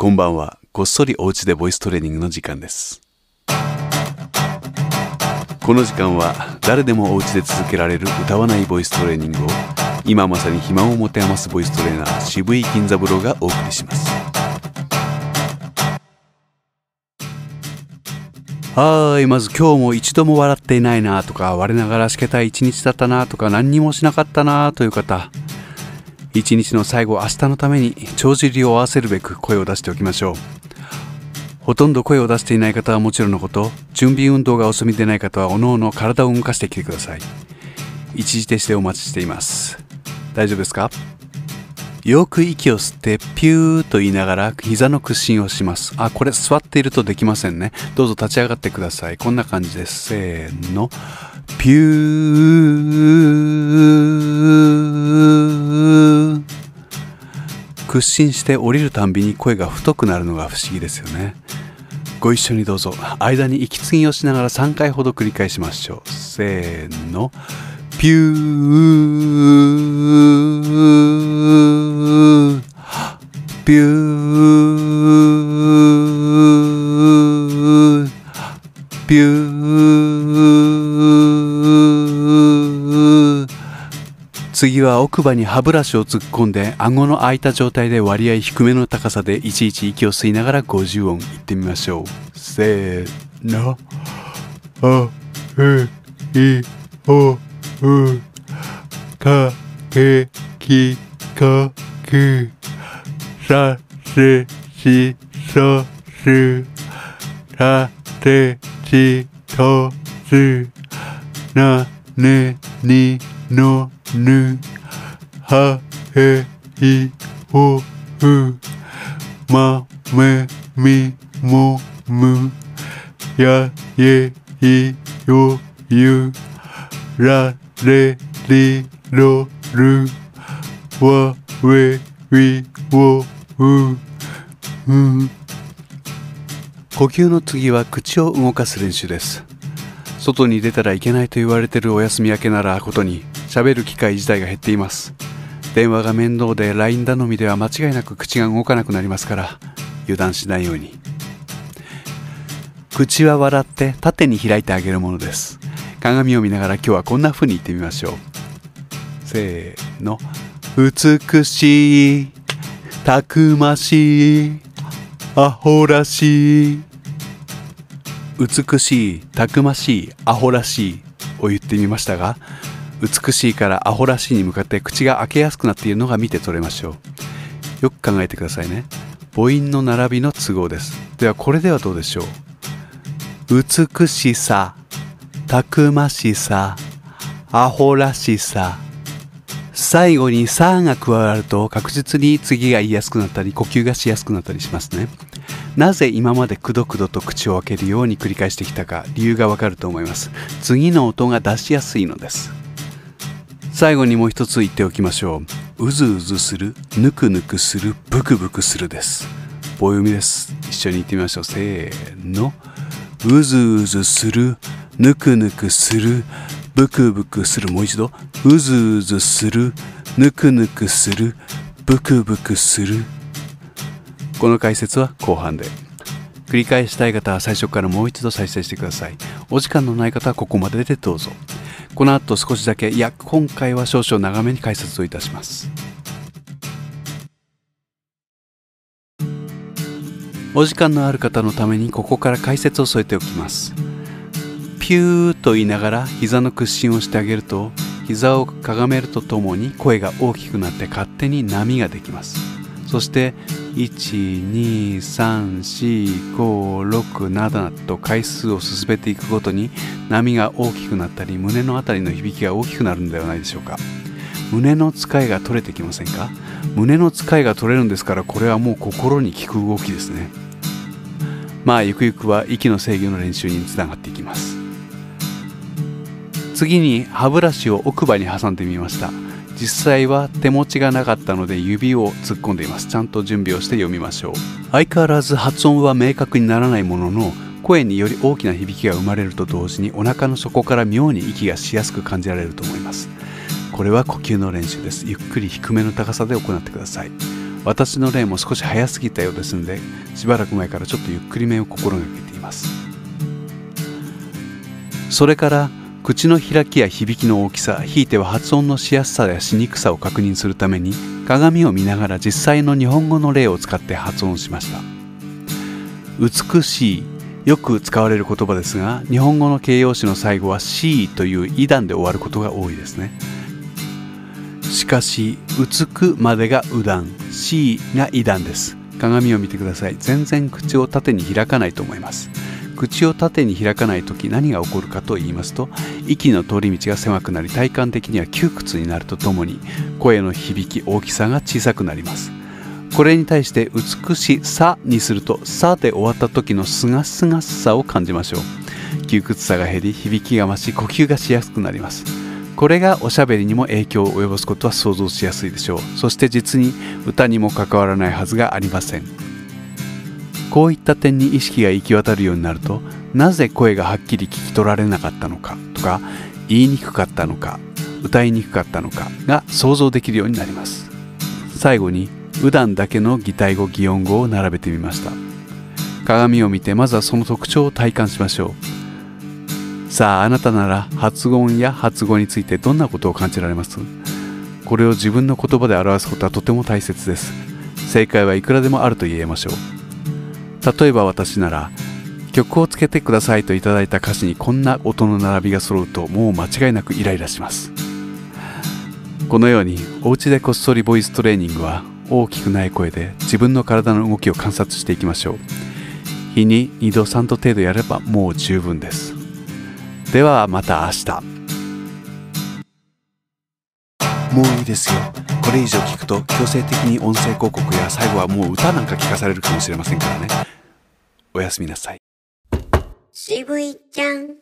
こんばんは。こっそりお家でボイストレーニングの時間です。この時間は誰でもお家で続けられる歌わないボイストレーニングを今まさに暇を持て余すボイストレーナー渋井金三郎がお送りします。まず今日も一度も笑っていないなとか、我ながらしけたい一日だったなとか、何にもしなかったなという方、一日の最後、明日のために帳尻を合わせるべく声を出しておきましょう。ほとんど声を出していない方はもちろんのこと、準備運動がお済みでない方はおのおの体を動かしてきてください。一時停止でお待ちしています。大丈夫ですか？よく息を吸ってピューと言いながら膝の屈伸をします。これ座っているとできませんね。どうぞ立ち上がってください。こんな感じです。せーの。ピュー。屈伸して降りるたんびに声が太くなるのが不思議ですよね。ご一緒にどうぞ。間に息継ぎをしながら3回ほど繰り返しましょう。せーの。ピュー。ピュー。ピュー。次は奥歯に歯ブラシを突っ込んで顎の開いた状態で割合低めの高さでいちいち息を吸いながら50音言ってみましょう。せーの。かけきかくさせしそすたてちとすなねにのぬはへいほふまめみもむやえいよゆられりろるわwe we woう呼吸の次は口を動かす練習です。外に出たらいけないと言われているお休み明けならことに喋る機会自体が減っています。電話が面倒で LINE 頼みでは間違いなく口が動かなくなりますから油断しないように。口は笑って縦に開いてあげるものです。鏡を見ながら今日はこんな風に言ってみましょう。せーの。美しい、たくましい、アホらしい。美しい、たくましい、アホらしいを言ってみましたが、美しいからアホらしいに向かって口が開けやすくなっているのが見て取れましょう。よく考えてくださいね。母音の並びの都合です。ではこれではどうでしょう。美しさ、たくましさ、アホらしさ。最後にさが加わると確実に次が言いやすくなったり呼吸がしやすくなったりしますね。なぜ今までくどくどと口を開けるように繰り返してきたか理由がわかると思います。次の音が出しやすいのです。最後にもう一つ言っておきましょう。うずうずする、ぬくぬくする、ブクブクするです。棒読みです。一緒に言ってみましょう。せーの。うずうずする、ぬくぬくする、ブクブクする。もう一度。うずうずする、ぬくぬくする、ブクブクする。この解説は後半で。繰り返したい方は最初からもう一度再生してください。お時間のない方はここまででどうぞ。この後少しだけ、今回は少々長めに解説をいたします。お時間のある方のためにここから解説を添えておきます。ピューと言いながら膝の屈伸をしてあげると、膝をかがめるとともに声が大きくなって勝手に波ができます。そして1、2、3、4、5、6、7と回数を進めていくごとに波が大きくなったり胸のあたりの響きが大きくなるのではないでしょうか。胸の使いが取れてきませんか？胸の使いが取れるんですから、これはもう心に効く動きですね。ゆくゆくは息の制御の練習につながっていきます。次に歯ブラシを奥歯に挟んでみました。実際は手持ちがなかったので指を突っ込んでいます。ちゃんと準備をして読みましょう。相変わらず発音は明確にならないものの、声により大きな響きが生まれると同時にお腹の底から妙に息がしやすく感じられると思います。これは呼吸の練習です。ゆっくり低めの高さで行ってください。 私の例も少し早すぎたようですので、しばらく前からちょっとゆっくりめを心がけています。それから口の開きや響きの大きさ、ひいては発音のしやすさやしにくさを確認するために、鏡を見ながら実際の日本語の例を使って発音しました。美しい、よく使われる言葉ですが、日本語の形容詞の最後はしという異断で終わることが多いですね。しかし、うつくまでがう断、しが異断です。鏡を見てください。全然口を縦に開かないと思います。口を縦に開かないとき何が起こるかと言いますと、息の通り道が狭くなり、体感的には窮屈になるとともに、声の響き、大きさが小さくなります。これに対して美しさにすると、さで終わった時のすがすがしさを感じましょう。窮屈さが減り、響きが増し、呼吸がしやすくなります。これがおしゃべりにも影響を及ぼすことは想像しやすいでしょう。そして実に歌にも関わらないはずがありません。こういった点に意識が行き渡るようになると、なぜ声がはっきり聞き取られなかったのかとか、言いにくかったのか、歌いにくかったのかが想像できるようになります。最後に、うだんだけの擬態語・擬音語を並べてみました。鏡を見てまずはその特徴を体感しましょう。さあ、あなたなら発音や発語についてどんなことを感じられます？これを自分の言葉で表すことはとても大切です。正解はいくらでもあると言えましょう。例えば私なら、曲をつけてくださいといただいた歌詞にこんな音の並びが揃うと、もう間違いなくイライラします。このようにお家でこっそりボイストレーニングは、大きくない声で自分の体の動きを観察していきましょう。日に2度3度程度やればもう十分です。ではまた明日。もういいですよ。これ以上聞くと強制的に音声広告や最後はもう歌なんか聞かされるかもしれませんからね。おやすみなさい。 渋いちゃん。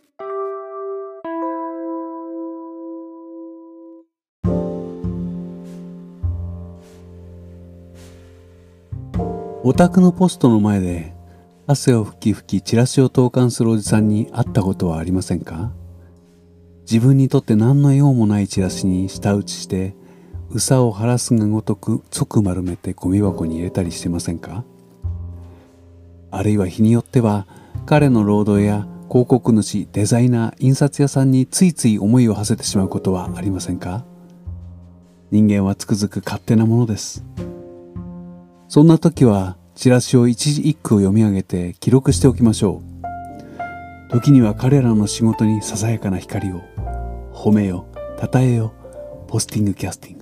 お宅のポストの前で汗を吹き吹きチラシを投函するおじさんに会ったことはありませんか？自分にとって何の用もないチラシに舌打ちして、うさを晴らすがごとく即丸めてゴミ箱に入れたりしてませんか？あるいは日によっては彼の労働や広告主、デザイナー、印刷屋さんについつい思いを馳せてしまうことはありませんか？人間はつくづく勝手なものです。そんな時はチラシを一字一句を読み上げて記録しておきましょう。時には彼らの仕事にささやかな光を、褒めよ、たたえよ、ポスティングキャスティング。